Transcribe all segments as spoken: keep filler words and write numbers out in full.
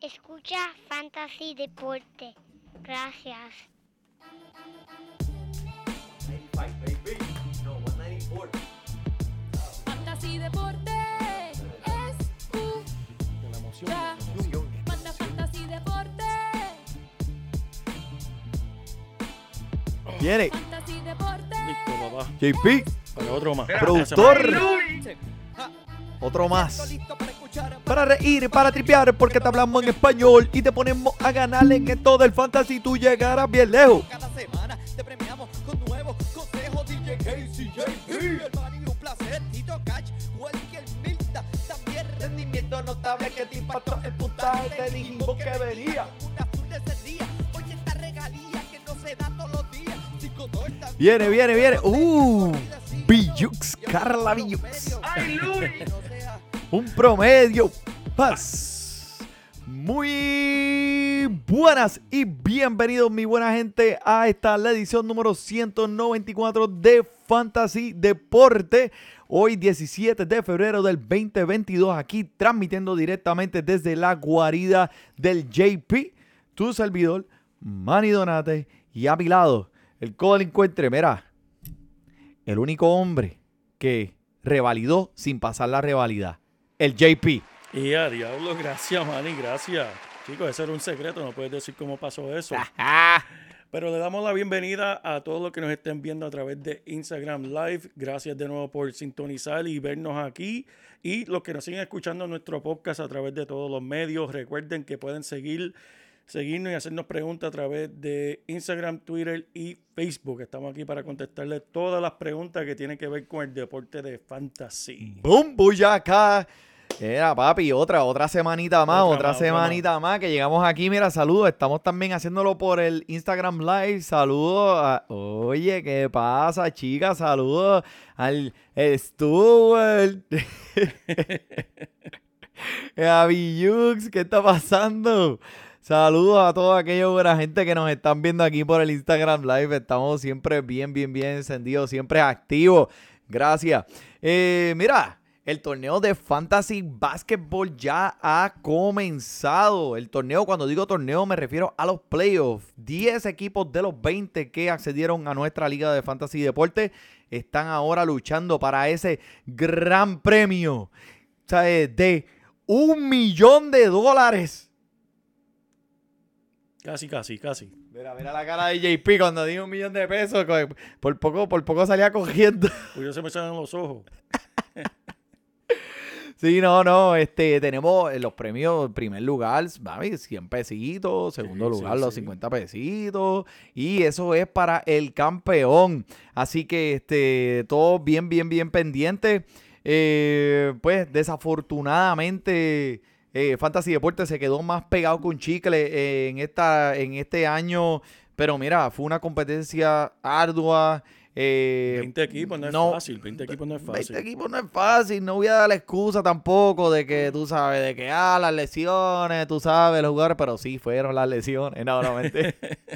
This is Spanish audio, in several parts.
Escucha Fantasy Deporte. Gracias. noventa y cinco, baby. No, ciento noventa y cuatro. Fantasy Deporte. De la emoción. Ya. emoción. Manda Fantasy Deporte. Viene Fantasy Deporte. Listo, papá. J P, Para otro más. productor. Otro más. Para reír, para tripear, porque te hablamos en español y te ponemos a ganar en esto del fantasy. Tú llegarás bien lejos. Cada semana te premiamos con nuevos consejos. D J Casey, J P, el Manny, un placer. Tito Cash, Welker Milta, también rendimiento notable que te impactó el puntaje. Te dijimos que venía una azul de ese día. Oye, esta regalía que no se da todos los días. cinco dos también. Viene, viene, viene. Uh, Billux, Carla Billux. Un promedio. Paz. Muy buenas y bienvenidos, mi buena gente, a esta la edición número ciento noventa y cuatro de Fantasy Deporte. Hoy diecisiete de febrero del veinte veintidós, aquí transmitiendo directamente desde la guarida del J P, tu servidor, Manny Donate, y a mi lado, el codelincuente, mira, el único hombre que revalidó sin pasar la revalida, el J P. Y a diablo, gracias, Manny, gracias. Chicos, ese era un secreto, no puedes decir cómo pasó eso. Pero le damos la bienvenida a todos los que nos estén viendo a través de Instagram Live. Gracias de nuevo por sintonizar y vernos aquí. Y los que nos siguen escuchando en nuestro podcast a través de todos los medios, recuerden que pueden seguir, seguirnos y hacernos preguntas a través de Instagram, Twitter y Facebook. Estamos aquí para contestarles todas las preguntas que tienen que ver con el deporte de fantasy. ¡Bum! ¡Buyaca! Era, papi, otra, otra semanita más, Otra otra, más, otra semanita más. que llegamos aquí. Mira, saludos. Estamos también haciéndolo por el Instagram Live. Saludos a... Oye, ¿qué pasa, chicas? Saludos al Stuart. A Billux, ¿qué está pasando? Saludos a toda aquella buena gente que nos están viendo aquí por el Instagram Live. Estamos siempre bien, bien, bien encendidos, siempre activos. Gracias. Eh, mira... El torneo de Fantasy Basketball ya ha comenzado. El torneo, cuando digo torneo, me refiero a los playoffs. diez equipos de los veinte que accedieron a nuestra liga de Fantasy Deporte están ahora luchando para ese gran premio, ¿sabes? De un millón de dólares. Casi, casi, casi. Mira, mira la cara de J P cuando dijo un millón de pesos. Por poco, por poco salía cogiendo. Pues ya se me salen los ojos. Sí, no, no, este, tenemos los premios, en primer lugar, mami, cien pesitos, segundo Sí, lugar, sí, los sí. cincuenta pesitos, y eso es para el campeón. Así que, este, todos bien, bien, bien pendientes. Eh, pues, desafortunadamente, eh, Fantasy Deporte se quedó más pegado que un chicle eh, en, esta, en este año, pero mira, fue una competencia ardua. Eh, veinte equipos no es no, fácil, veinte equipos no es fácil. veinte equipos no es fácil, no voy a dar la excusa tampoco de que tú sabes, de que ah, las lesiones, tú sabes, los jugadores, pero sí fueron las lesiones, no, no, mentira.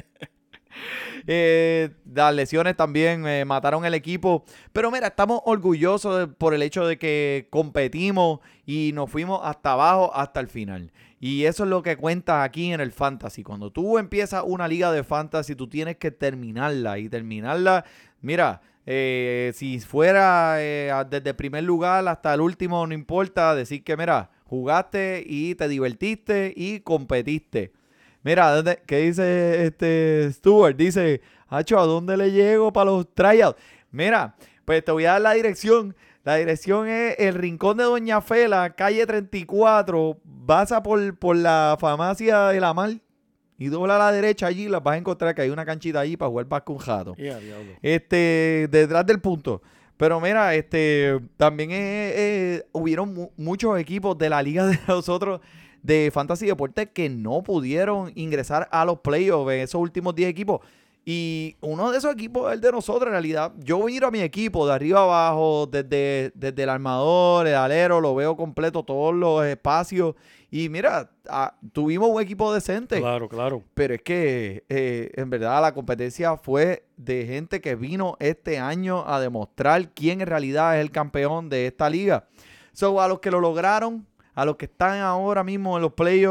eh, las lesiones también eh, mataron el equipo, pero mira, estamos orgullosos de, por el hecho de que competimos y nos fuimos hasta abajo hasta el final. Y eso es lo que cuenta aquí en el Fantasy. Cuando tú empiezas una liga de Fantasy, tú tienes que terminarla y terminarla. Mira, eh, si fuera eh, desde el primer lugar hasta el último, no importa, decir que, mira, jugaste y te divertiste y competiste. Mira, ¿dónde, ¿qué dice este Stuart? Dice, Hacho, ¿a dónde le llego para los tryouts? Mira, pues te voy a dar la dirección. La dirección es el Rincón de Doña Fela, calle treinta y cuatro. Vas a por, por la farmacia de la Mar y dobla a la derecha allí, las vas a encontrar que hay una canchita allí para jugar básquet un jato. Yeah, diablo. Este, detrás del punto. Pero mira, este, también eh, eh, hubieron mu- muchos equipos de la liga de nosotros de Fantasy Deportes que no pudieron ingresar a los playoffs en esos últimos diez equipos. Y uno de esos equipos es el de nosotros en realidad. Yo miro a mi equipo de arriba abajo, desde, desde el armador, el alero, lo veo completo, todos los espacios. Y mira, ah, tuvimos un equipo decente. Claro, claro. Pero es que eh, en verdad la competencia fue de gente que vino este año a demostrar quién en realidad es el campeón de esta liga. So, a los que lo lograron, a los que están ahora mismo en los playoffs,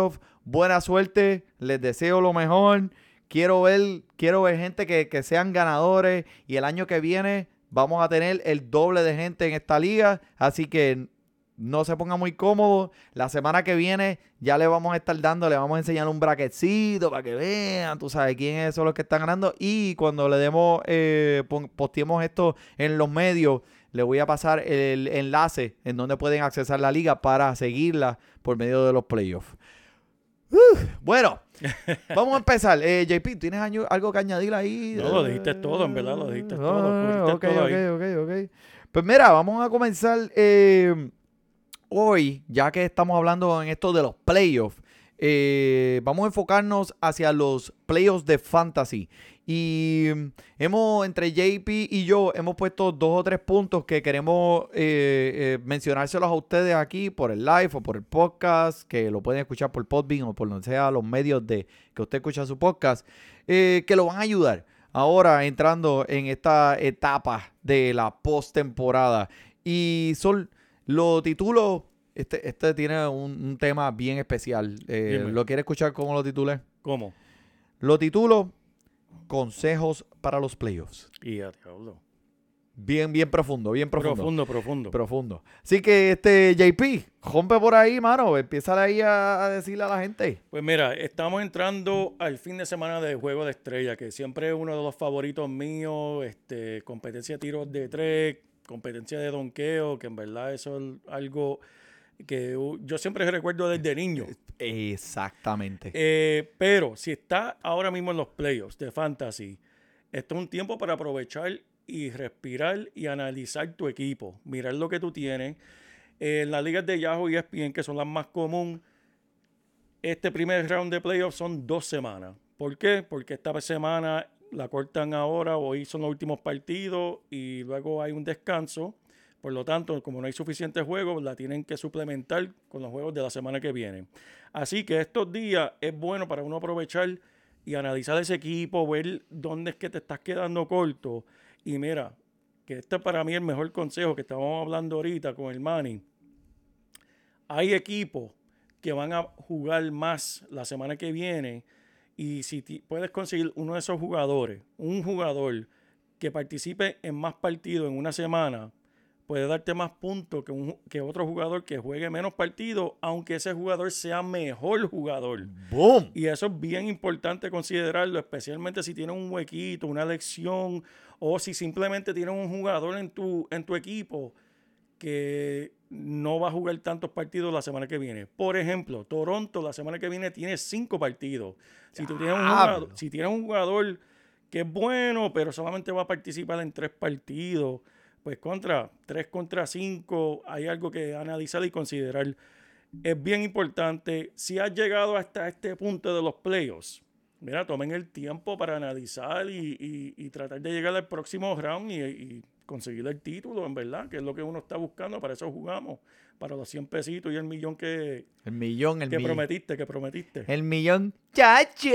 buena suerte, les deseo lo mejor. Quiero ver, quiero ver gente que, que sean ganadores y el año que viene vamos a tener el doble de gente en esta liga, así que no se ponga muy cómodo. La semana que viene ya le vamos a estar dando, le vamos a enseñar un bracketcito para que vean, tú sabes quiénes son los que están ganando. Y cuando le demos, eh, posteemos esto en los medios, le voy a pasar el enlace en donde pueden accesar la liga para seguirla por medio de los playoffs. Uh, bueno, vamos a empezar. Eh, J P, ¿tienes año, algo que añadir ahí? No, lo dijiste todo, en verdad, lo dijiste todo. Ah, Lo ok, todo ok, ahí. ok, ok. Pues mira, vamos a comenzar eh, hoy, ya que estamos hablando en esto de los playoffs. Eh, vamos a enfocarnos hacia los playoffs de fantasy. Y hemos, entre J P y yo, hemos puesto dos o tres puntos que queremos eh, eh, mencionárselos a ustedes aquí por el live o por el podcast, que lo pueden escuchar por Podbean o por donde sea los medios de que usted escucha su podcast, eh, que lo van a ayudar ahora entrando en esta etapa de la postemporada. Y son los títulos, este, este tiene un, un tema bien especial. Eh, ¿Lo quiere escuchar cómo lo titulé? ¿Cómo? Lo titulo Consejos para los playoffs. Y ya te hablo. Bien, bien profundo, bien profundo. Profundo, profundo. Profundo. Así que, este, J P, rompe por ahí, mano. Empieza ahí a, a decirle a la gente. Pues mira, estamos entrando al fin de semana de Juego de Estrella, que siempre es uno de los favoritos míos. Este, competencia de tiros de tres, competencia de donqueo, que en verdad eso es algo que uh, yo siempre recuerdo desde niño. Exactamente. Eh, pero si está ahora mismo en los playoffs de fantasy, esto es un tiempo para aprovechar y respirar y analizar tu equipo, mirar lo que tú tienes. Eh, en las ligas de Yahoo y E S P N, que son las más comunes, este primer round de playoffs son dos semanas. ¿Por qué? Porque esta semana la cortan ahora, hoy son los últimos partidos y luego hay un descanso. Por lo tanto, como no hay suficientes juegos, la tienen que suplementar con los juegos de la semana que viene. Así que estos días es bueno para uno aprovechar y analizar ese equipo, ver dónde es que te estás quedando corto. Y mira, que este para mí es el mejor consejo que estábamos hablando ahorita con el Manny. Hay equipos que van a jugar más la semana que viene y si t- puedes conseguir uno de esos jugadores, un jugador que participe en más partidos en una semana, puede darte más puntos que, un, que otro jugador que juegue menos partidos, aunque ese jugador sea mejor jugador. ¡Boom! Y eso es bien importante considerarlo, especialmente si tienes un huequito, una lección, o si simplemente tienes un jugador en tu, en tu equipo que no va a jugar tantos partidos la semana que viene. Por ejemplo, Toronto la semana que viene tiene cinco partidos. Si tú tienes un jugador, si tienes un jugador que es bueno, pero solamente va a participar en tres partidos, pues contra tres contra cinco hay algo que analizar y considerar. Es bien importante. Si has llegado hasta este punto de los playoffs, mira, tomen el tiempo para analizar y, y, y tratar de llegar al próximo round y, y conseguir el título, en verdad, que es lo que uno está buscando. Para eso jugamos, para los cien pesitos y el millón que, El millón, el que millón. prometiste, que prometiste. El millón. Chacho.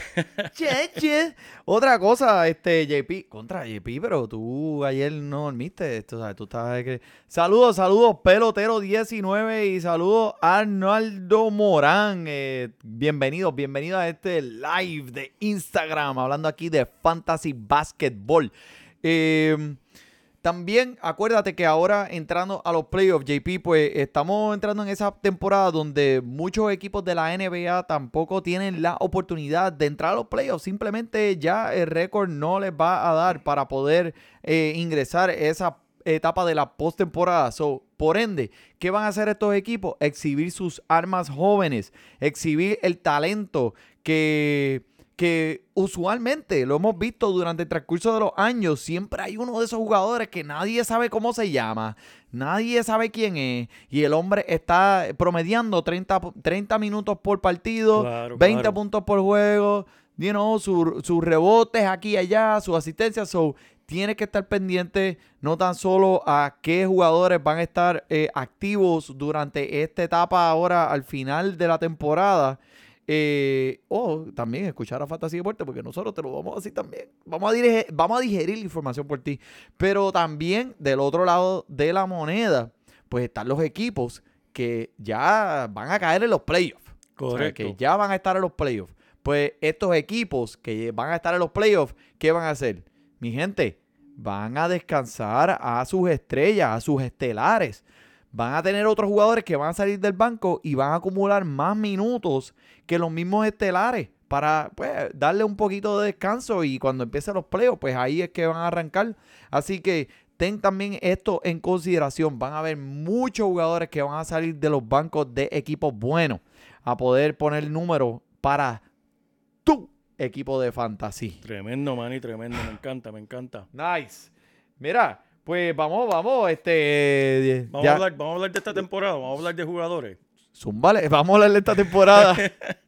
Chacho. Otra cosa, este, J P. Contra J P, pero tú ayer no dormiste. Esto, ¿sabes? Tú estabas... Que... Saludos, saludos, Pelotero diecinueve y saludos a Arnaldo Morán. Eh, bienvenidos, bienvenidos a este live de Instagram, hablando aquí de Fantasy Basketball. Eh... También acuérdate que ahora entrando a los playoffs, J P, pues estamos entrando en esa temporada donde muchos equipos de la N B A tampoco tienen la oportunidad de entrar a los playoffs. Simplemente ya el récord no les va a dar para poder eh, ingresar a esa etapa de la postemporada. So, por ende, ¿qué van a hacer estos equipos? Exhibir sus armas jóvenes, exhibir el talento que... que usualmente lo hemos visto durante el transcurso de los años. Siempre hay uno de esos jugadores que nadie sabe cómo se llama, nadie sabe quién es, y el hombre está promediando treinta, treinta minutos por partido, Claro, veinte claro. puntos por juego, you know, sus su rebotes aquí y allá, su asistencia. So, tienes que estar pendiente no tan solo a qué jugadores van a estar eh, activos durante esta etapa ahora al final de la temporada, Eh, o también escuchar a Fantasy Deporte, porque nosotros te lo vamos a decir también. Vamos a, dirigir, vamos a digerir la información por ti. Pero también del otro lado de la moneda, pues están los equipos que ya van a caer en los playoffs. O sea, Correcto. que ya van a estar en los playoffs. Pues estos equipos que van a estar en los playoffs, ¿qué van a hacer? Mi gente, van a descansar a sus estrellas, a sus estelares. Van a tener otros jugadores que van a salir del banco y van a acumular más minutos que los mismos estelares para pues, darle un poquito de descanso y cuando empiecen los playoffs, pues ahí es que van a arrancar. Así que ten también esto en consideración. Van a haber muchos jugadores que van a salir de los bancos de equipos buenos a poder poner números para tu equipo de fantasy. Tremendo, Manny, tremendo. Me encanta, me encanta. Nice. Mira, pues vamos, vamos, este... Vamos, ya- a hablar, vamos a hablar de esta temporada, vamos a hablar de jugadores. Zúmbale, vamos a hablar de esta temporada.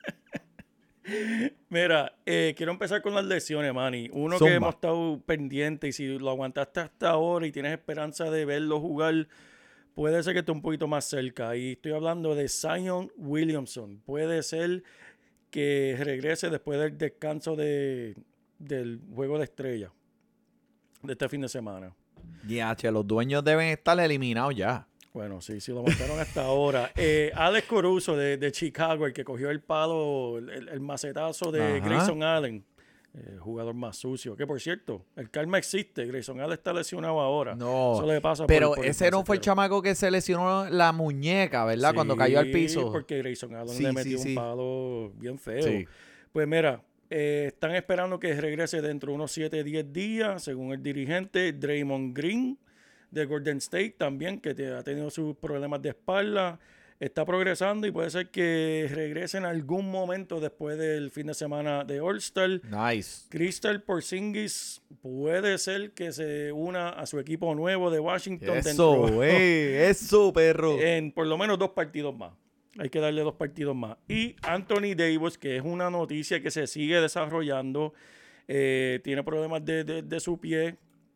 Mira, eh, quiero empezar con las lesiones, Manny. Uno Zumba. que hemos estado pendiente y si lo aguantaste hasta ahora y tienes esperanza de verlo jugar, puede ser que esté un poquito más cerca. Y estoy hablando de Zion Williamson. Puede ser que regrese después del descanso de, del juego de estrella de este fin de semana. Ya, che, los dueños deben estar eliminados ya. Bueno, sí, sí lo montaron hasta ahora. Eh, Alex Caruso de, de Chicago, el que cogió el palo, el, el macetazo de Ajá. Grayson Allen, eh, jugador más sucio. Que por cierto, el karma existe. Grayson Allen está lesionado ahora. No, Eso le pasa por- pero por el ese no fue el macetero. chamaco que se lesionó la muñeca, ¿verdad? Cuando Sí, cayó al piso. porque Grayson Allen Sí, le sí, metió sí. un palo bien feo. Sí. Pues mira, eh, están esperando que regrese dentro de unos siete a diez días, según el dirigente Draymond Green de Golden State también, que te- ha tenido sus problemas de espalda. Está progresando y puede ser que regrese en algún momento después del fin de semana de All-Star. Nice. Crystal Porzingis puede ser que se una a su equipo nuevo de Washington Eso, dentro- güey. Eso, perro. en por lo menos dos partidos más. Hay que darle dos partidos más. Y Anthony Davis, que es una noticia que se sigue desarrollando, eh, tiene problemas de, de- de su pie.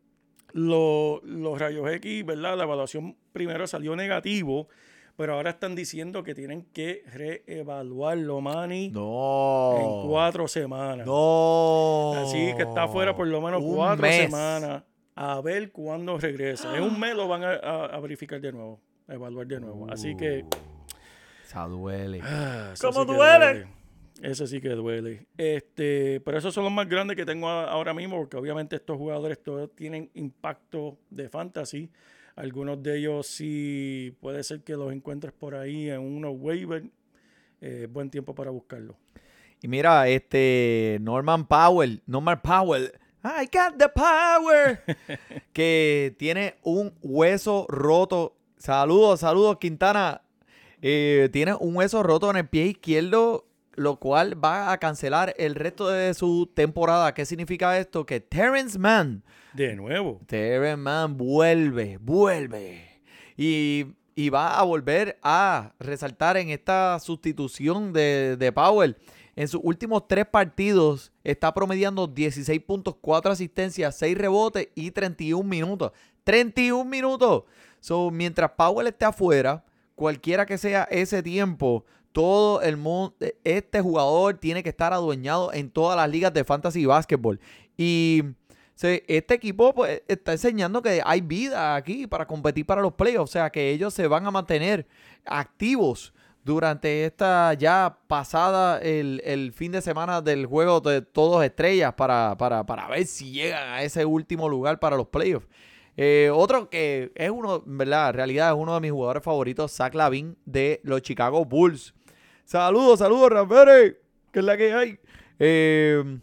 Lo- los rayos X, ¿verdad? La evaluación primero salió negativo, pero ahora están diciendo que tienen que reevaluarlo, Manny, No. en cuatro semanas. No. Así que está fuera por lo menos Un cuatro mes. semanas. A ver cuándo regresa. En un mes lo van a, a- a verificar de nuevo, a evaluar de nuevo. Así que... Esa duele. ah, eso ¿Cómo sí que duele? Eso sí que duele. Este, pero esos son los más grandes que tengo a- ahora mismo, porque obviamente estos jugadores todos tienen impacto de fantasy. Algunos de ellos sí puede ser que los encuentres por ahí en unos waivers. Eh, buen tiempo para buscarlo. Y mira, este Norman Powell, Norman Powell, I got the power, que tiene un hueso roto. Saludos, saludos, Quintana. Eh, tiene un hueso roto en el pie izquierdo, lo cual va a cancelar el resto de su temporada. ¿Qué significa esto? Que Terrence Mann, De nuevo. Terrence Mann vuelve, vuelve. Y, y va a volver a resaltar en esta sustitución de, de Powell. En sus últimos tres partidos está promediando dieciséis puntos, cuatro asistencias, seis rebotes y treinta y un minutos. treinta y un minutos. So, mientras Powell esté afuera, cualquiera que sea ese tiempo, todo el mundo, este jugador tiene que estar adueñado en todas las ligas de fantasy basketball. Y se- este equipo pues, está enseñando que hay vida aquí para competir para los playoffs. O sea, que ellos se van a mantener activos durante esta ya pasada el, el fin de semana del juego de todos estrellas para, para, para ver si llegan a ese último lugar para los playoffs. Eh, otro que es uno, en verdad, en realidad es uno de mis jugadores favoritos, Zach LaVine de los Chicago Bulls. Saludos, saludos, Rafael, que es la que hay. Eh,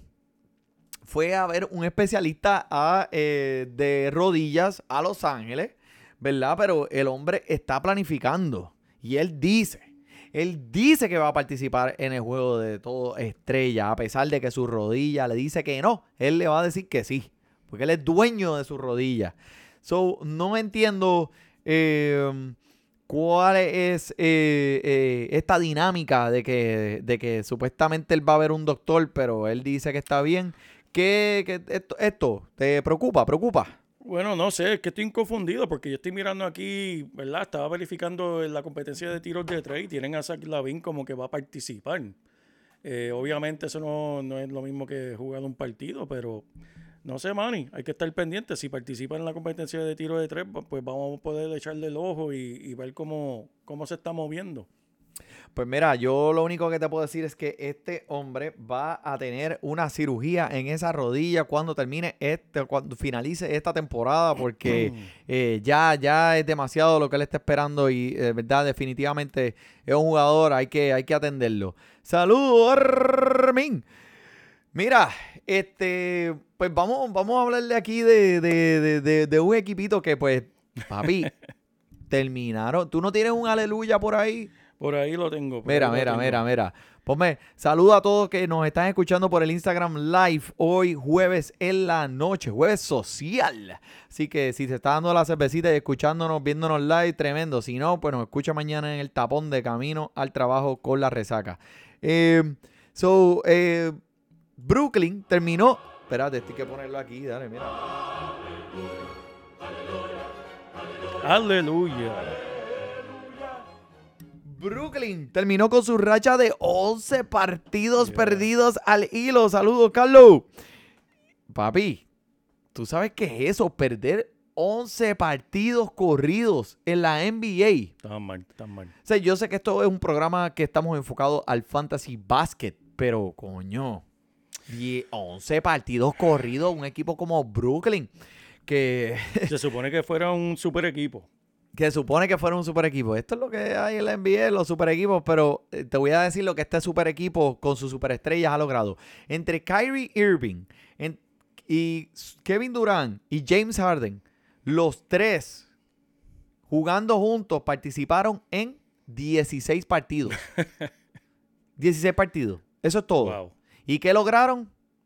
fue a ver un especialista a, eh, de rodillas a Los Ángeles, ¿verdad? Pero el hombre está planificando y él dice, él dice que va a participar en el juego de todo estrella, a pesar de que su rodilla le dice que no, él le va a decir que sí, porque él es dueño de su rodilla. So, no entiendo eh, cuál es eh, eh, esta dinámica de que, de que supuestamente él va a ver un doctor, pero él dice que está bien. ¿Qué, qué esto, esto te preocupa? ¿Preocupa? Bueno, no sé, es que estoy confundido porque yo estoy mirando aquí, ¿verdad? Estaba verificando la competencia de tiros de tres y tienen a Zach LaVine como que va a participar. Eh, obviamente eso no, no es lo mismo que jugar un partido, pero no sé, Manny, hay que estar pendiente. Si participa en la competencia de tiro de tres, pues vamos a poder echarle el ojo y, y ver cómo, cómo se está moviendo. Pues mira, yo lo único que te puedo decir es que este hombre va a tener una cirugía en esa rodilla cuando termine este, cuando finalice esta temporada, porque eh, ya, ya es demasiado lo que él está esperando y de verdad, definitivamente es un jugador, hay que, hay que atenderlo. Saludos, Armin. Mira, este, pues vamos, vamos a hablarle aquí de, de, de, de, de un equipito que, pues, papi, terminaron. ¿Tú no tienes un aleluya por ahí? Por ahí lo tengo. por Mira, ahí lo mira, tengo. mira, mira. Ponme, saludo a todos que nos están escuchando por el Instagram Live hoy jueves en la noche, jueves social. Así que si se está dando la cervecita y escuchándonos, viéndonos live, tremendo. Si no, pues nos escucha mañana en el tapón de camino al trabajo con la resaca. Eh, so, eh, Brooklyn terminó. Espérate, estoy que ponerlo aquí, dale, mira. Aleluya. Brooklyn terminó con su racha de once partidos Yeah. perdidos al hilo. Saludos, Carlos. Papi, ¿tú sabes qué es eso? Perder once partidos corridos en la N B A. Tan mal, tan mal. O sea, yo sé que esto es un programa que estamos enfocados al fantasy basket, pero coño, die- once partidos corridos, un equipo como Brooklyn, que, Se supone que fuera un super equipo. que supone que fuera un super equipo. Esto es lo que hay en la N B A, los super equipos, pero eh, te voy a decir lo que este super equipo con sus superestrellas ha logrado. Entre Kyrie Irving en- y Kevin Durant y James Harden, los tres jugando juntos participaron en dieciséis partidos. dieciséis partidos. Eso es todo. Wow. ¿Y qué lograron?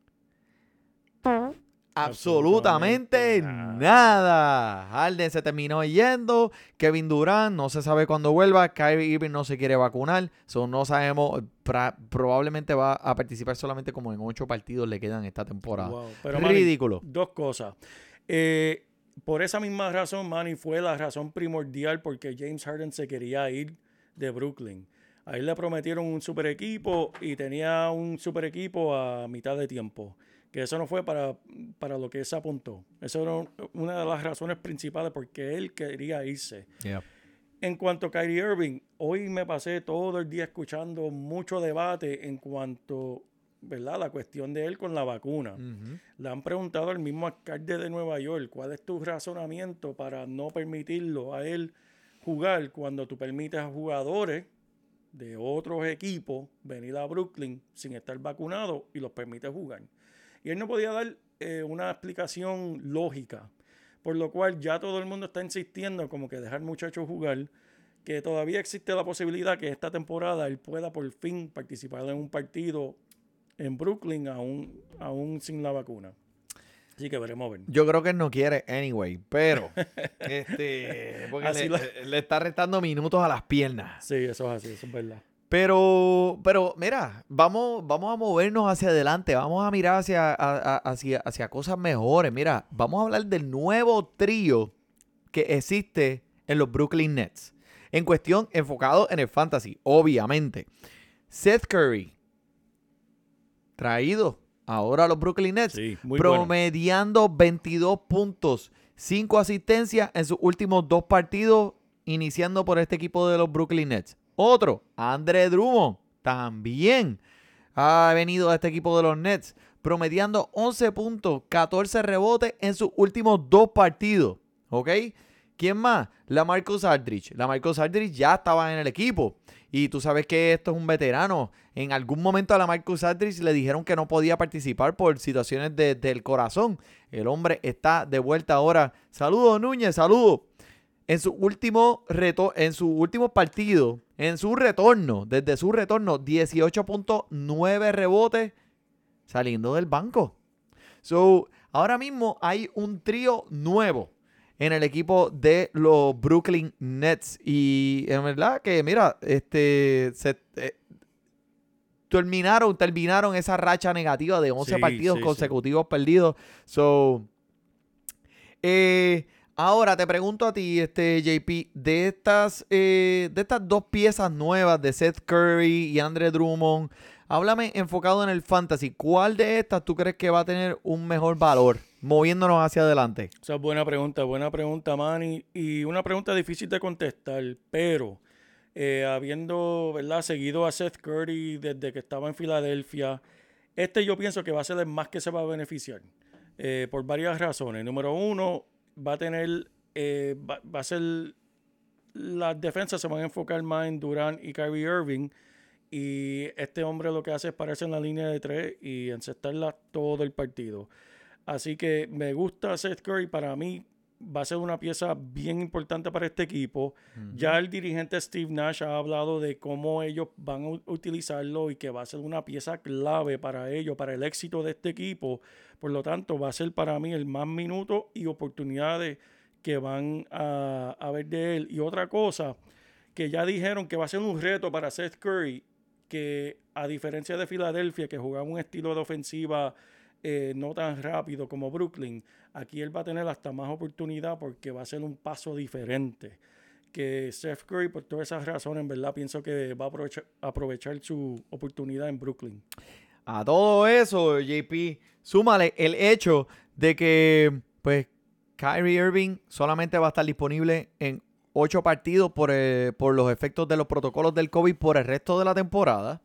Absolutamente Absolutamente nada. Harden se terminó yendo. Kevin Durant no se sabe cuándo vuelva. Kyrie Irving no se quiere vacunar. So no sabemos. Pra- probablemente va a participar solamente como en ocho partidos le quedan esta temporada. Wow. Pero, Manny, Ridículo. dos cosas. Eh, por esa misma razón, Manny, fue la razón primordial porque James Harden se quería ir de Brooklyn. A él le prometieron un super equipo y tenía un super equipo a mitad de tiempo. Que eso no fue para, para lo que él se apuntó. Eso era una de las razones principales porque él quería irse. Yeah. En cuanto a Kyrie Irving, hoy me pasé todo el día escuchando mucho debate en cuanto, ¿verdad?, la cuestión de él con la vacuna. Ujú. Le han preguntado al mismo alcalde de Nueva York, ¿cuál es tu razonamiento para no permitirlo a él jugar cuando tú permites a jugadores de otros equipos venir a Brooklyn sin estar vacunados y los permites jugar? Y él no podía dar eh, una explicación lógica, por lo cual ya todo el mundo está insistiendo como que dejar muchachos jugar, que todavía existe la posibilidad que esta temporada él pueda por fin participar en un partido en Brooklyn aún, aún sin la vacuna. Así que veremos a ver. Yo creo que él no quiere anyway, pero este, porque Así le, la- le está restando minutos a las piernas. Sí, eso es así, eso es verdad. Pero, pero mira, vamos, vamos a movernos hacia adelante, vamos a mirar hacia, a- a- hacia, hacia cosas mejores. Mira, vamos a hablar del nuevo trío que existe en los Brooklyn Nets. En cuestión, enfocado en el fantasy, obviamente. Seth Curry, traído ahora a los Brooklyn Nets, Sí, muy bueno. promediando veintidós puntos, cinco asistencias en sus últimos dos partidos, iniciando por este equipo de los Brooklyn Nets. Otro, Andre Drummond, también ha venido a este equipo de los Nets, promediando once puntos, catorce rebotes en sus últimos dos partidos. ¿Ok? ¿Quién más? LaMarcus Aldridge. LaMarcus Aldridge ya estaba en el equipo. Y tú sabes que esto es un veterano. En algún momento a LaMarcus Aldridge le dijeron que no podía participar por situaciones de- del corazón. El hombre está de vuelta ahora. Saludos, Núñez, saludos. En su último reto, en su último partido, en su retorno, desde su retorno, dieciocho punto nueve rebotes saliendo del banco. So, ahora mismo hay un trío nuevo en el equipo de los Brooklyn Nets. Y en verdad que, mira, este se, eh, terminaron, terminaron esa racha negativa de once Sí, partidos sí, sí. consecutivos perdidos. So, eh, ahora te pregunto a ti, este J P, de estas, eh, de estas dos piezas nuevas de Seth Curry y Andre Drummond, háblame enfocado en el fantasy. ¿Cuál de estas tú crees que va a tener un mejor valor moviéndonos hacia adelante? Esa es buena pregunta, buena pregunta, Manny. Y una pregunta difícil de contestar, pero eh, habiendo, ¿verdad?, seguido a Seth Curry desde que estaba en Filadelfia. Este yo pienso que va a ser el más que se va a beneficiar eh, por varias razones. Número uno, va a tener, eh, va, va a ser, las defensas se van a enfocar más en Durant y Kyrie Irving. Y este hombre lo que hace es pararse en la línea de tres y encestarla todo el partido. Así que me gusta Seth Curry. Para mí va a ser una pieza bien importante para este equipo. Uh-huh. Ya el dirigente Steve Nash ha hablado de cómo ellos van a utilizarlo y que va a ser una pieza clave para ellos, para el éxito de este equipo. Por lo tanto, va a ser para mí el más minutos y oportunidades que van a, a ver de él. Y otra cosa que ya dijeron que va a ser un reto para Seth Curry, que a diferencia de Filadelfia, que jugaba un estilo de ofensiva eh, no tan rápido como Brooklyn, aquí él va a tener hasta más oportunidad porque va a ser un paso diferente. Que Seth Curry, por todas esas razones, en verdad, pienso que va a aprovechar, aprovechar su oportunidad en Brooklyn. A todo eso, J P, súmale el hecho de que pues Kyrie Irving solamente va a estar disponible en ocho partidos por, eh, por los efectos de los protocolos del COVID por el resto de la temporada.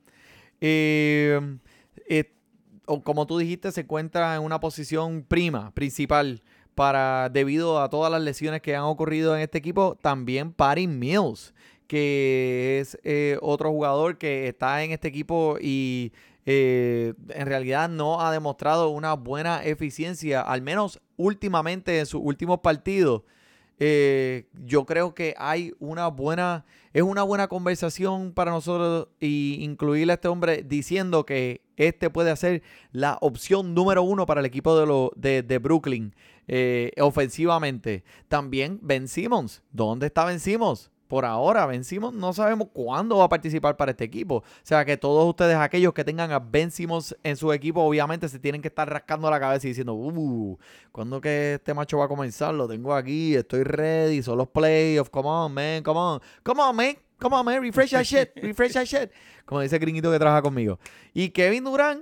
Eh, eh, como tú dijiste, se encuentra en una posición prima, principal, para, debido a todas las lesiones que han ocurrido en este equipo. También Patty Mills, que es eh, otro jugador que está en este equipo y eh, en realidad no ha demostrado una buena eficiencia, al menos últimamente en sus últimos partidos. Eh, yo creo que hay una buena, es una buena conversación para nosotros y incluirle a este hombre diciendo que este puede ser la opción número uno para el equipo de, lo, de, de Brooklyn eh, ofensivamente. También Ben Simmons. ¿Dónde está Ben Simmons? Por ahora, Ben Simmons no sabemos cuándo va a participar para este equipo. O sea que todos ustedes, aquellos que tengan a Ben Simmons en su equipo, obviamente se tienen que estar rascando la cabeza y diciendo, uh, ¿cuándo que este macho va a comenzar? Lo tengo aquí, estoy ready, son los playoffs, come on, man, come on. Come on, man, come on, man, refresh that shit, refresh that shit. Como dice el gringuito que trabaja conmigo. Y Kevin Durant,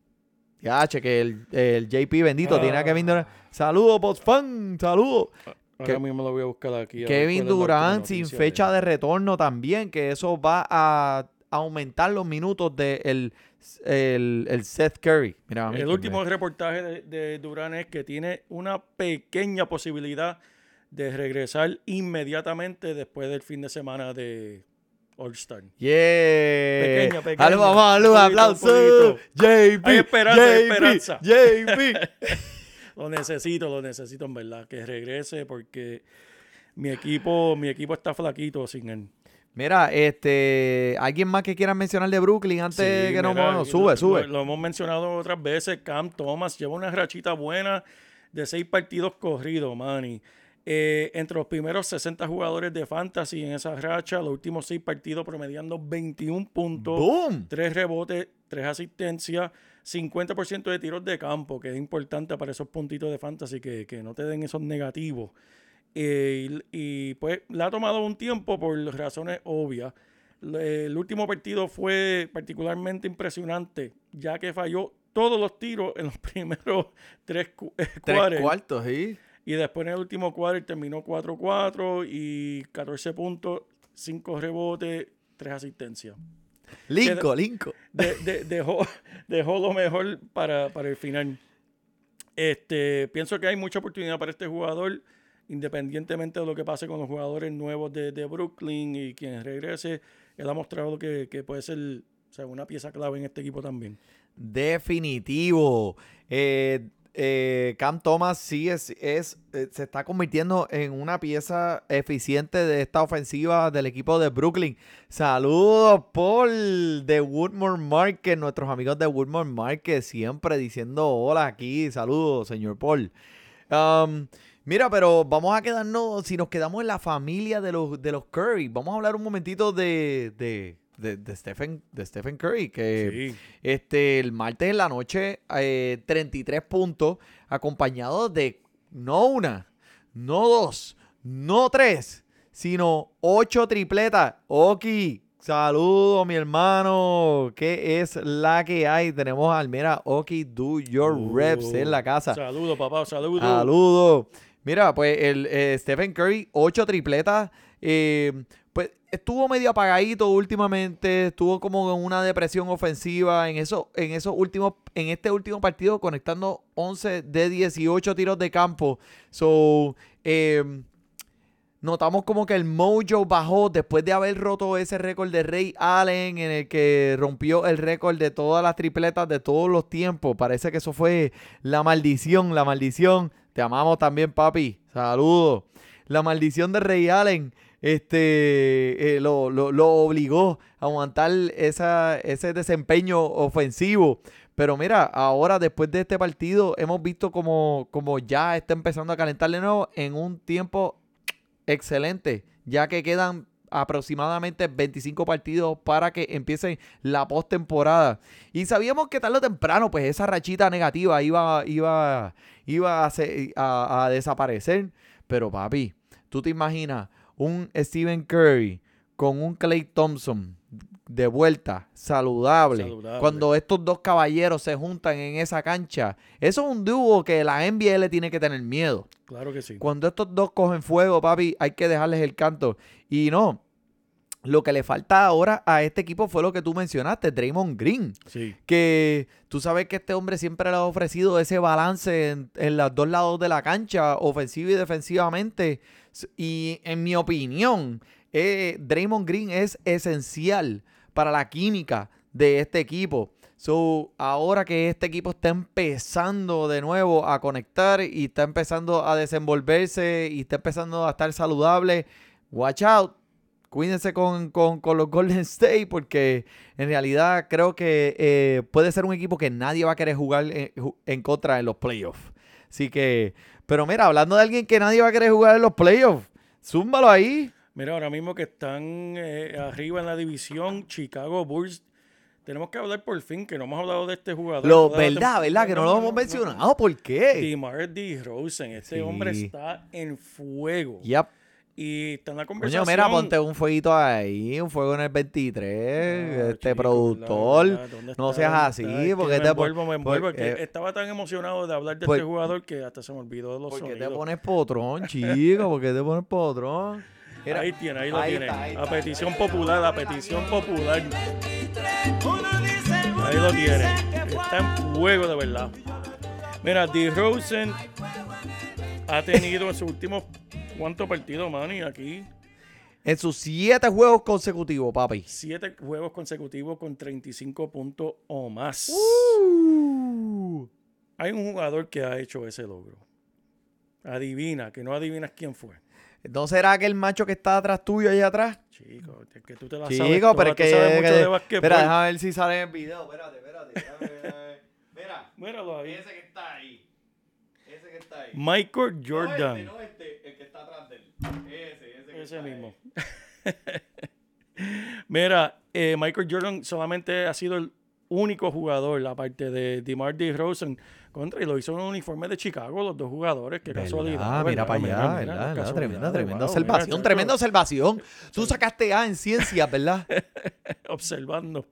ya, che, que el, el J P bendito ah. tiene a Kevin Durant. Saludos, postfan, saludos. Ahora que, mismo lo voy a buscar aquí. A Kevin Durant sin fecha de retorno también, que eso va a aumentar los minutos del de el, el Seth Curry. Mira, el último me... reportaje de, de Durant es que tiene una pequeña posibilidad de regresar inmediatamente después del fin de semana de All-Star. Yeah. Pequeña, pequeña. Algo, vamos, algo, aplausos. J P. Hay esperanza, J P, hay esperanza. J P. Lo necesito, lo necesito en verdad, que regrese porque mi equipo, mi equipo está flaquito sin él. Mira, este, ¿alguien más que quieran mencionar de Brooklyn antes sí, que nos no sube, lo, sube? Lo, lo hemos mencionado otras veces. Cam Thomas lleva una rachita buena de seis partidos corridos, Manny. Eh, entre los primeros sesenta jugadores de Fantasy en esa racha, los últimos seis partidos promediando veintiún puntos, ¡boom! tres rebotes, tres asistencias, cincuenta por ciento de tiros de campo, que es importante para esos puntitos de Fantasy, que, que no te den esos negativos. Eh, y, y pues le ha tomado un tiempo por razones obvias. El último partido fue particularmente impresionante, ya que falló todos los tiros en los primeros tres, cu tres cuartos. cuartos, sí. Y después en el último cuarto terminó cuatro cuatro y catorce puntos, cinco rebotes, tres asistencias. Linco, de, Linco. De, de, dejó, dejó lo mejor para, para el final. Este, pienso que hay mucha oportunidad para este jugador, independientemente de lo que pase con los jugadores nuevos de, de Brooklyn y quien regrese. Él ha mostrado que, que puede ser, o sea, una pieza clave en este equipo también. Definitivo. Eh, eh, Cam Thomas sí es, es eh, se está convirtiendo en una pieza eficiente de esta ofensiva del equipo de Brooklyn. Saludos, Paul, de Woodmore Market, nuestros amigos de Woodmore Market, siempre diciendo hola aquí. Saludos, señor Paul. Um, mira, pero vamos a quedarnos, si nos quedamos en la familia de los, de los Curry, vamos a hablar un momentito de... de De, de, Stephen, de Stephen Curry, que sí. este, el martes en la noche, eh, treinta y tres puntos, acompañado de no una, no dos, no tres, sino ocho tripletas. Oki, saludos, mi hermano. ¿Qué es la que hay? Tenemos al, mira, Oki, do your uh, reps en la casa. Saludos, papá, saludos. Saludos. Mira, pues el eh, Stephen Curry, ocho tripletas, eh, pues estuvo medio apagadito últimamente, estuvo como en una depresión ofensiva en eso, en esos últimos, en este último partido conectando once de dieciocho tiros de campo. So, eh, notamos como que el mojo bajó después de haber roto ese récord de Ray Allen, en el que rompió el récord de todas las tripletas de todos los tiempos. Parece que eso fue la maldición, la maldición. Te amamos también, papi. Saludos. La maldición de Ray Allen este, eh, lo, lo, lo obligó a aguantar esa, ese desempeño ofensivo. Pero mira, ahora después de este partido hemos visto como, como ya está empezando a calentar de nuevo en un tiempo excelente, ya que quedan aproximadamente veinticinco partidos para que empiece la postemporada. Y sabíamos que tarde o temprano, pues esa rachita negativa iba, iba, iba a, ser, a, a desaparecer. Pero papi, tú te imaginas un Stephen Curry con un Klay Thompson de vuelta, saludable, Saludable. Cuando estos dos caballeros se juntan en esa cancha. Eso es un dúo que la N B A le tiene que tener miedo. Claro que sí. Cuando estos dos cogen fuego, papi, hay que dejarles el canto. Y no, lo que le falta ahora a este equipo fue lo que tú mencionaste, Draymond Green. Sí. Que tú sabes que este hombre siempre le ha ofrecido ese balance en, en los dos lados de la cancha, ofensivo y defensivamente. Y en mi opinión, eh, Draymond Green es esencial para la química de este equipo. So, ahora que este equipo está empezando de nuevo a conectar y está empezando a desenvolverse y está empezando a estar saludable, watch out. Cuídense con, con, con los Golden State, porque en realidad creo que eh, puede ser un equipo que nadie va a querer jugar en, en contra en los playoffs. Así que, pero mira, hablando de alguien que nadie va a querer jugar en los playoffs, zúmbalo ahí. Mira, ahora mismo que están eh, arriba en la división, Chicago Bulls. Tenemos que hablar por fin, que no hemos hablado de este jugador. Lo, Toda la verdad, tem- verdad, que no, lo hemos mencionado. ¿Por qué? DeMar DeRozan. Este Sí. hombre está en fuego. Yep. Y está en la Coño, conversación. mira, ponte un fueguito ahí, un fuego en el veintitrés, Ah, este chico, productor. la verdad, ¿dónde No está? seas ¿Dónde así, está? Es que porque me te envuelvo, me por- envuelvo. por- Es que eh, estaba tan emocionado de hablar de por- este jugador que hasta se me olvidó de los ¿Por qué sonidos. te pones potrón, chico? ¿Por qué te pones potrón? Mira, Ahí tiene, ahí lo ahí tiene. está, ahí la está. petición popular, la petición popular. Ahí lo tiene. Está en fuego de verdad. Mira, DeRozan ha tenido en sus últimos ¿cuántos partidos, Manny? Aquí en sus siete juegos consecutivos, papi. siete juegos consecutivos con treinta y cinco puntos o más. Uh. Hay un jugador que ha hecho ese logro. Adivina, que no adivinas quién fue. ¿No será aquel macho que está atrás tuyo ahí atrás? Chico, es que tú te la sabes Chico, toda, pero es tú que... sabes mucho que- de basquetbol. espera, déjame ver si sale en el video. Espérate, espérate. déjame ver, déjame ver. Mira, Míralo ahí. ese que está ahí. Ese que está ahí. Michael No Jordan. este, no este, el que está atrás de él. Ese, ese que Ese está mismo. ahí. Mira, eh, Michael Jordan solamente ha sido el único jugador, la parte de DeMar DeRozan, contra, y lo hizo en un uniforme de Chicago, los dos jugadores, qué ¿Verdad? casualidad. Mira ¿verdad? para allá, Mira, ¿verdad? mira, ¿verdad? casualidad, Tremenda, tremenda wow, observación, mira, tremenda chacho, observación. Tú sacaste A en ciencias, ¿verdad? observando.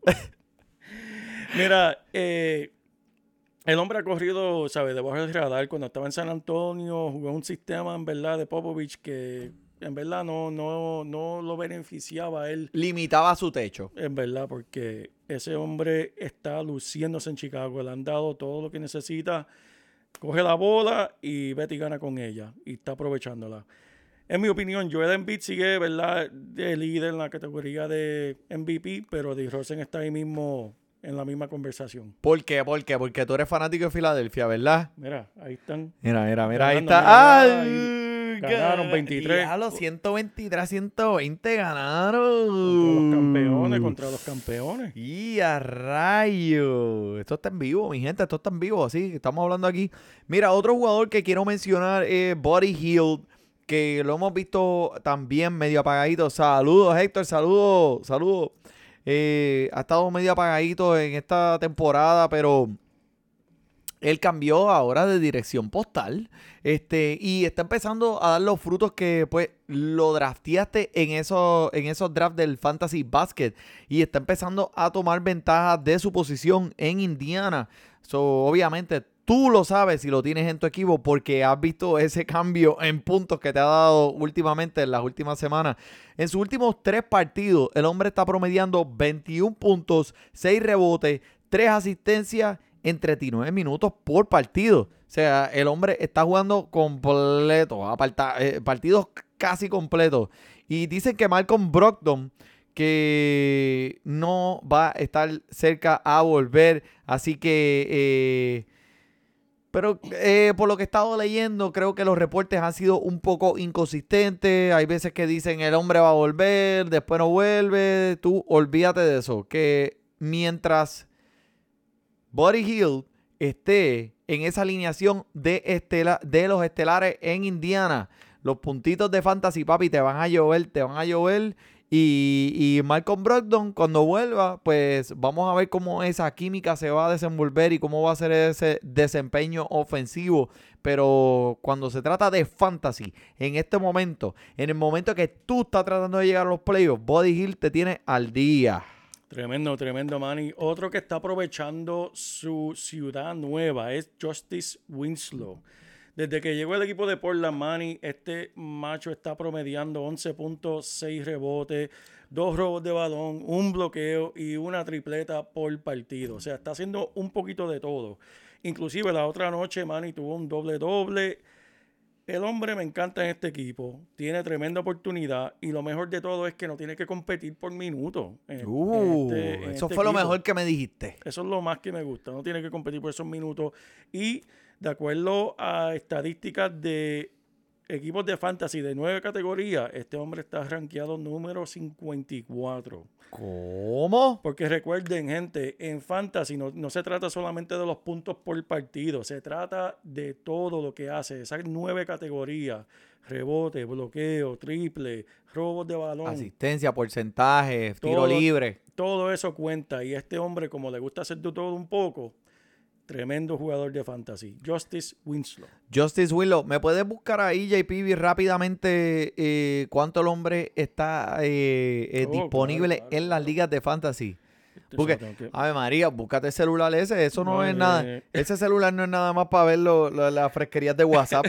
Mira, eh, el hombre ha corrido, ¿sabes? Debajo del radar. Cuando estaba en San Antonio, jugó un sistema, en verdad, de Popovich que, en verdad, no, no, no lo beneficiaba a él. Limitaba su techo. En verdad, porque ese hombre está luciéndose en Chicago. Le han dado todo lo que necesita. Coge la bola y vete y gana con ella. Y está aprovechándola. En mi opinión, Joel Embiid sigue, ¿verdad?, de líder en la categoría de M V P, pero DeRozan está ahí mismo en la misma conversación. ¿Por qué? ¿Por qué? Porque tú eres fanático de Filadelfia, ¿verdad? Mira, ahí están. Mira, mira, mira, ahí Ganando, está. mira, ¡Ay! ganaron veintitrés. Diablo, ciento veintitrés, ciento veinte ganaron. Contra los campeones, contra los campeones. Y a rayo. Esto está en vivo, mi gente. Esto está en vivo. Así que estamos hablando aquí. Mira, otro jugador que quiero mencionar es Buddy Hield, que lo hemos visto también medio apagadito. Saludos, Héctor. Saludos, saludos. Eh, ha estado medio apagadito en esta temporada, pero él cambió ahora de dirección postal, este, y está empezando a dar los frutos que pues lo drafteaste en esos, en esos drafts del Fantasy Basket, y está empezando a tomar ventaja de su posición en Indiana. So, obviamente tú lo sabes si lo tienes en tu equipo porque has visto ese cambio en puntos que te ha dado últimamente en las últimas semanas. En sus últimos tres partidos, el hombre está promediando veintiún puntos, seis rebotes, tres asistencias en treinta y nueve minutos por partido. O sea, el hombre está jugando completo, aparta, eh, partidos casi completos. Y dicen que Malcolm Brogdon, que no va a estar cerca a volver. Así que, eh, pero eh, por lo que he estado leyendo, creo que los reportes han sido un poco inconsistentes. Hay veces que dicen el hombre va a volver, después no vuelve. Tú olvídate de eso. Que mientras Buddy Hield esté en esa alineación de, estela, de los estelares en Indiana, los puntitos de fantasy, papi, te van a llover, te van a llover. Y, y Malcolm Brogdon, cuando vuelva, pues vamos a ver cómo esa química se va a desenvolver y cómo va a ser ese desempeño ofensivo. Pero cuando se trata de fantasy, en este momento, en el momento que tú estás tratando de llegar a los playoffs, Buddy Hield te tiene al día. Tremendo, tremendo, Manny. Otro que está aprovechando su ciudad nueva es Justice Winslow. Desde que llegó el equipo de Portland, Manny, este macho está promediando once puntos, seis rebotes, dos robos de balón, un bloqueo y una tripleta por partido. O sea, está haciendo un poquito de todo. Inclusive la otra noche, Manny tuvo un doble-doble. El hombre me encanta en este equipo. Tiene tremenda oportunidad y lo mejor de todo es que no tiene que competir por minutos. En, Uh, en este, en eso este fue lo equipo. mejor que me dijiste. Eso es lo más que me gusta. No tiene que competir por esos minutos. Y de acuerdo a estadísticas de equipos de fantasy de nueve categorías, este hombre está rankeado número cincuenta y cuatro. ¿Cómo? Porque recuerden, gente, en fantasy no, no se trata solamente de los puntos por partido, se trata de todo lo que hace, esas nueve categorías: rebote, bloqueo, triple, robos de balón. Asistencia, porcentaje, tiro Todo- libre. Todo eso cuenta. Y a este hombre, como le gusta hacer de todo un poco, tremendo jugador de fantasy. Justice Winslow. Justice Winslow, ¿me puedes buscar ahí, J P B, rápidamente eh, cuánto el hombre está eh, eh, Oh, disponible claro, claro, en las claro. ligas de fantasy? Este Porque, se lo tengo que- Ave María, búscate el celular ese, eso no, No, es eh, nada. eh. Ese celular no es nada más para ver lo- lo- las fresquerías de WhatsApp.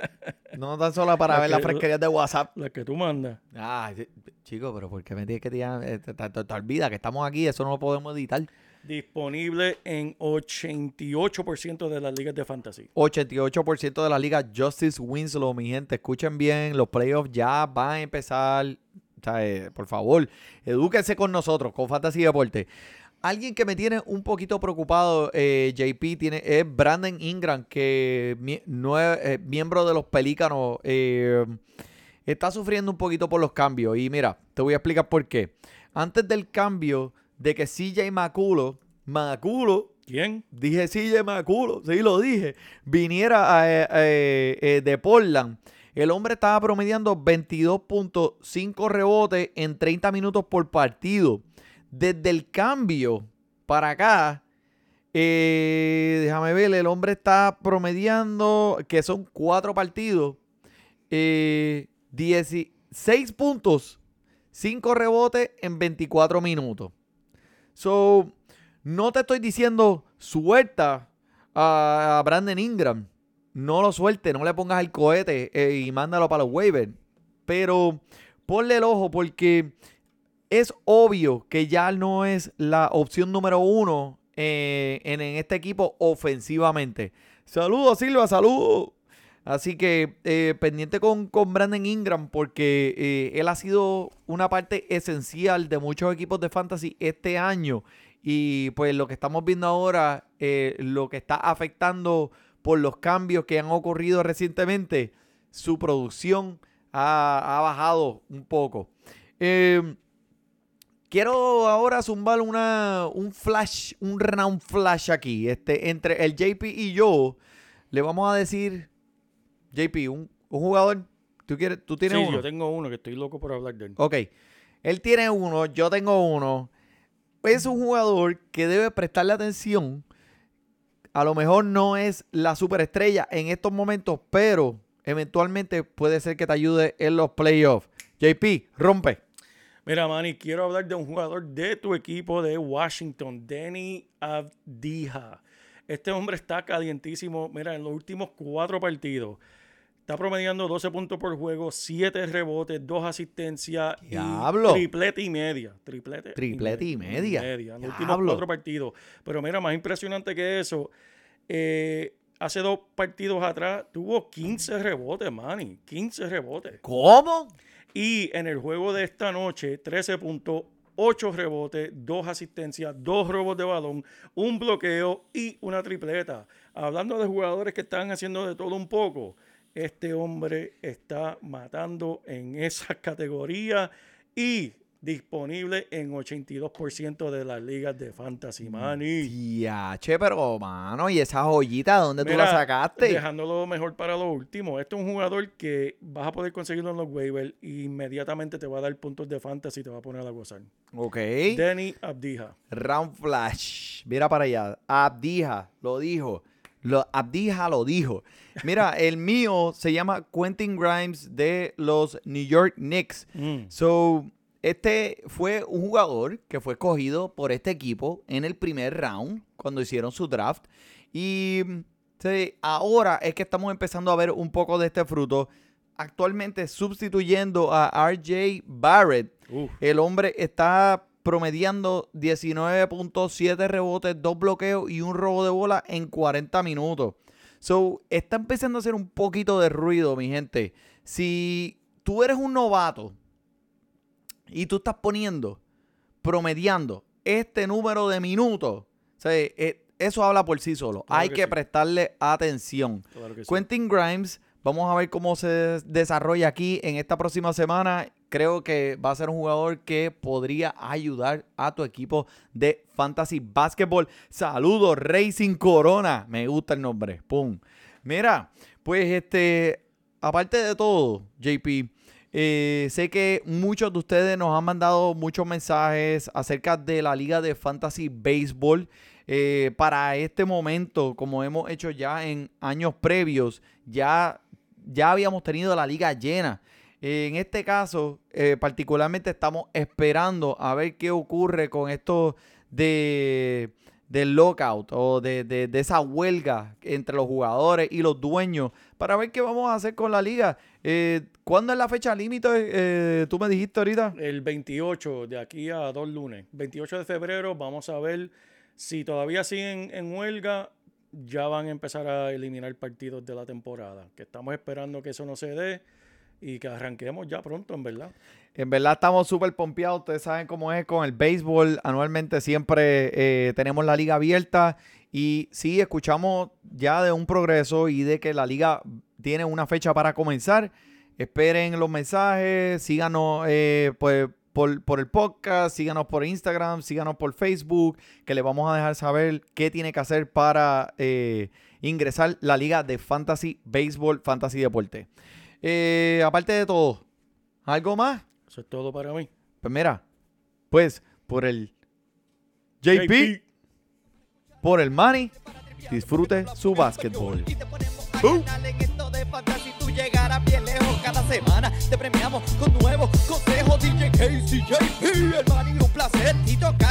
No tan solo para La ver que- las fresquerías de WhatsApp. La que tú mandas. Ah, sí, chico, pero ¿por qué me tienes que tirar? Eh, Te, te- te olvida que estamos aquí, eso no lo podemos editar. Disponible en ochenta y ocho por ciento de las ligas de fantasy. ochenta y ocho por ciento de la liga Justice Winslow, mi gente. Escuchen bien, los playoffs ya van a empezar. O sea, eh, por favor, edúquense con nosotros, con Fantasy Deporte. Alguien que me tiene un poquito preocupado, eh, J P, tiene, es Brandon Ingram, que mi- nue- eh, miembro de los Pelícanos, eh, está sufriendo un poquito por los cambios. Y mira, te voy a explicar por qué. Antes del cambio de que C J McCullough, McCullough, ¿Quién? dije C J McCullough, sí lo dije, viniera a, eh, eh, eh, de Portland, el hombre estaba promediando veintidós punto cinco rebotes en treinta minutos por partido. Desde el cambio para acá, eh, déjame ver, el hombre está promediando, que son cuatro partidos, eh, dieciséis puntos, cinco rebotes en veinticuatro minutos. So, no te estoy diciendo suelta a, a Brandon Ingram. No lo suelte, no le pongas el cohete eh, y mándalo para los waivers. Pero ponle el ojo porque es obvio que ya no es la opción número uno eh, en, en este equipo ofensivamente. Saludos, Silva, saludos. Así que eh, pendiente con, con Brandon Ingram porque eh, él ha sido una parte esencial de muchos equipos de fantasy este año. Y pues lo que estamos viendo ahora, eh, lo que está afectando por los cambios que han ocurrido recientemente, su producción ha, ha bajado un poco. Eh, quiero ahora zumbar una, un flash, un round flash aquí. Este, entre el J P y yo, le vamos a decir... J P, un, un jugador, ¿tú, quieres, ¿tú tienes Sí, uno? yo tengo uno que estoy loco por hablar de él. Ok, él tiene uno, yo tengo uno. Es un jugador que debe prestarle atención. A lo mejor no es la superestrella en estos momentos, pero eventualmente puede ser que te ayude en los playoffs. J P, rompe. Mira, Manny, quiero hablar de un jugador de tu equipo de Washington, Danny Avdija. Este hombre está calientísimo. Mira, en los últimos cuatro partidos está promediando doce puntos por juego, siete rebotes, dos asistencias Diablo. y triplete y media. Triplete, Triplete y media. En los Diablo. últimos cuatro partidos. Pero mira, más impresionante que eso, eh, hace dos partidos atrás tuvo quince rebotes, Manny. quince rebotes. ¿Cómo? Y en el juego de esta noche, trece puntos, ocho rebotes, dos asistencias, dos robos de balón, un bloqueo y una tripleta. Hablando de jugadores que están haciendo de todo un poco, este hombre está matando en esa categoría y disponible en ochenta y dos por ciento de las ligas de Fantasy, Manny. Ya, che, pero, mano, ¿y esa joyita dónde tú Mira, la sacaste? Dejándolo mejor para lo último. Este es un jugador que vas a poder conseguirlo en los waivers e inmediatamente te va a dar puntos de fantasy y te va a poner a gozar. Ok. Denny Abdija. Round Flash. Mira para allá. Abdija lo dijo. Lo, Abdija lo dijo. Mira, el mío se llama Quentin Grimes de los New York Knicks. Mm. So, este fue un jugador que fue escogido por este equipo en el primer round cuando hicieron su draft. Y sí, ahora es que estamos empezando a ver un poco de este fruto. Actualmente sustituyendo a R J Barrett. Uf. El hombre está promediando diecinueve punto siete rebotes, dos bloqueos y un robo de bola en cuarenta minutos. So, está empezando a hacer un poquito de ruido, mi gente. Si tú eres un novato y tú estás poniendo, promediando este número de minutos, o sea, eh, eso habla por sí solo. Claro Hay que que, sí. prestarle atención. Claro que sí. Quentin Grimes, vamos a ver cómo se desarrolla aquí en esta próxima semana. Creo que va a ser un jugador que podría ayudar a tu equipo de Fantasy Basketball. Saludos, Racing Corona. Me gusta el nombre. Pum. Mira, pues este, aparte de todo, J P, eh, sé que muchos de ustedes nos han mandado muchos mensajes acerca de la liga de Fantasy Baseball. Eh, para este momento, como hemos hecho ya en años previos, ya, ya habíamos tenido la liga llena. En este caso, eh, particularmente estamos esperando a ver qué ocurre con esto de, del lockout o de, de, de esa huelga entre los jugadores y los dueños para ver qué vamos a hacer con la liga. Eh, ¿Cuándo es la fecha límite? Eh, tú me dijiste ahorita. El veintiocho, de aquí a dos lunes. veintiocho de febrero, vamos a ver si todavía siguen en huelga. Ya van a empezar a eliminar partidos de la temporada. Que estamos esperando que eso no se dé. Y que arranquemos ya pronto, en verdad. En verdad estamos súper pompeados. Ustedes saben cómo es con el béisbol. Anualmente siempre eh, tenemos la liga abierta. Y sí, escuchamos ya de un progreso y de que la liga tiene una fecha para comenzar. Esperen los mensajes. Síganos eh, pues, por, por el podcast. Síganos por Instagram. Síganos por Facebook. Que les vamos a dejar saber qué tiene que hacer para eh, ingresar la liga de Fantasy Baseball, Fantasy Deporte. Eh, aparte de todo, ¿algo más? Eso es todo para mí. Pues mira, pues por el J P, J P. Por el Manny, disfrute su básquetbol. Y te ponemos a ganar en esto de fantasy, tú llegarás bien lejos cada semana. Te premiamos con nuevos consejos. D J Casey, J P, el Manny, un placer, Tito K.